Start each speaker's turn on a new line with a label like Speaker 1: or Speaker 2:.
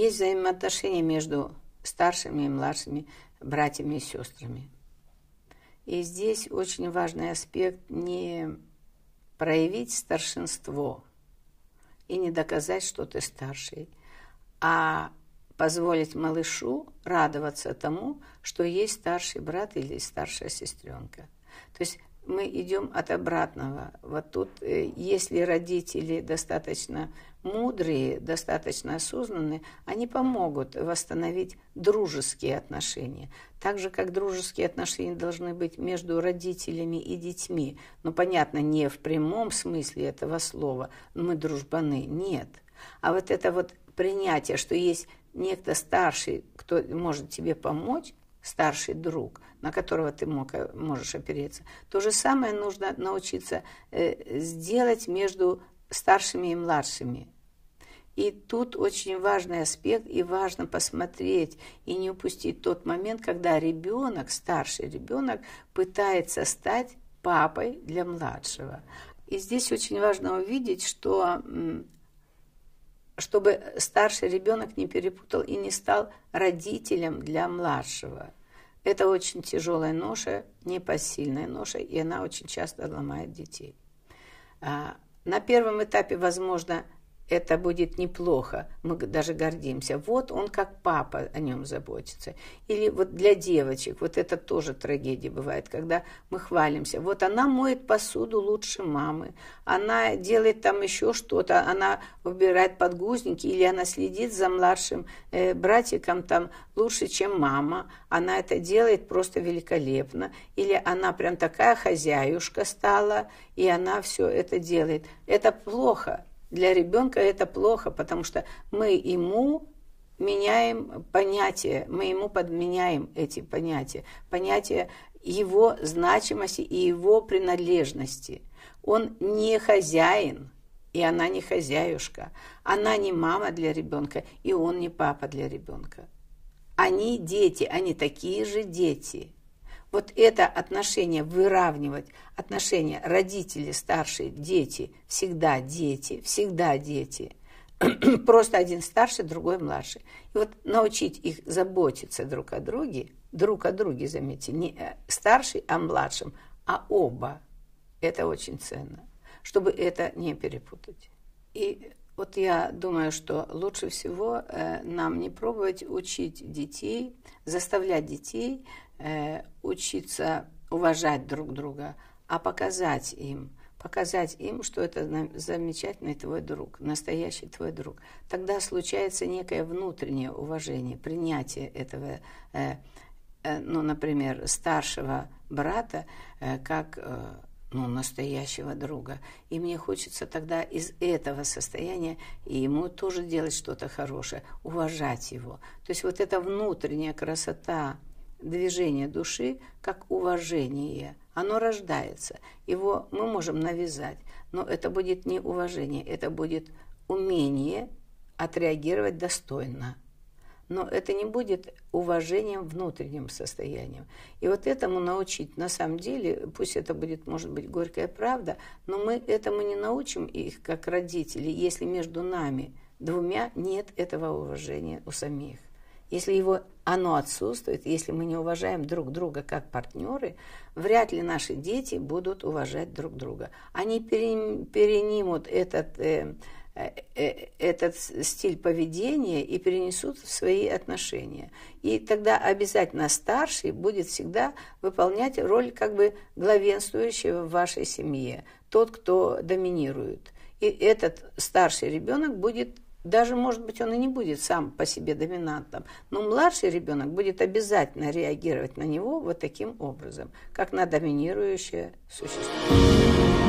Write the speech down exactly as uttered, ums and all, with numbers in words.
Speaker 1: есть взаимоотношения между старшими и младшими братьями и сестрами. И здесь очень важный аспект не проявить старшинство и не доказать, что ты старший, а позволить малышу радоваться тому, что есть старший брат или старшая сестренка. То есть мы идем от обратного. Вот тут, если родители достаточно мудрые, достаточно осознанные, они помогут восстановить дружеские отношения. Так же, как дружеские отношения должны быть между родителями и детьми. Ну, понятно, не в прямом смысле этого слова, но мы дружбаны, нет. А вот это вот принятие, что есть некто старший, кто может тебе помочь, старший друг, на которого ты мог, можешь опереться. То же самое нужно научиться э, сделать между старшими и младшими. И тут очень важный аспект, и важно посмотреть и не упустить тот момент, когда ребенок, старший ребенок, пытается стать папой для младшего. И здесь очень важно увидеть, что чтобы старший ребенок не перепутал и не стал родителем для младшего. Это очень тяжелая ноша, непосильная ноша, и она очень часто ломает детей. На первом этапе, возможно, это будет неплохо, мы даже гордимся. Вот он как папа о нем заботится. Или вот для девочек, вот это тоже трагедия бывает, когда мы хвалимся. Вот она моет посуду лучше мамы, она делает там еще что-то, она убирает подгузники, или она следит за младшим э, братиком там лучше, чем мама. Она это делает просто великолепно. Или она прям такая хозяюшка стала, и она все это делает. Это плохо. Для ребенка это плохо, потому что мы ему меняем понятия, мы ему подменяем эти понятия, понятия его значимости и его принадлежности. Он не хозяин, и она не хозяюшка. Она не мама для ребенка, и он не папа для ребенка. Они дети, они такие же дети. Вот это отношение, выравнивать отношения родители, старшие, дети, всегда дети, всегда дети. Просто один старший, другой младший. И вот научить их заботиться друг о друге, друг о друге, заметьте, не старший о младшем, а оба. Это очень ценно, чтобы это не перепутать. И вот я думаю, что лучше всего э, нам не пробовать учить детей, заставлять детей э, учиться уважать друг друга, а показать им, показать им, что это замечательный твой друг, настоящий твой друг. Тогда случается некое внутреннее уважение, принятие этого, э, э, ну, например, старшего брата э, как... Э, ну, настоящего друга. И мне хочется тогда из этого состояния и ему тоже делать что-то хорошее, уважать его. То есть вот эта внутренняя красота движения души, как уважение, оно рождается. Его мы можем навязать, но это будет не уважение, это будет умение отреагировать достойно. Но это не будет уважением внутренним состоянием. И вот этому научить, на самом деле, пусть это будет, может быть, горькая правда, но мы этому не научим их, как родители, если между нами двумя нет этого уважения у самих. Если его, оно отсутствует, если мы не уважаем друг друга как партнеры, вряд ли наши дети будут уважать друг друга. Они перенимут этот... Э, этот стиль поведения и перенесут в свои отношения. И тогда обязательно старший будет всегда выполнять роль как бы главенствующего в вашей семье, тот, кто доминирует. И этот старший ребенок будет, даже, может быть, он и не будет сам по себе доминантом, но младший ребенок будет обязательно реагировать на него вот таким образом, как на доминирующее существо.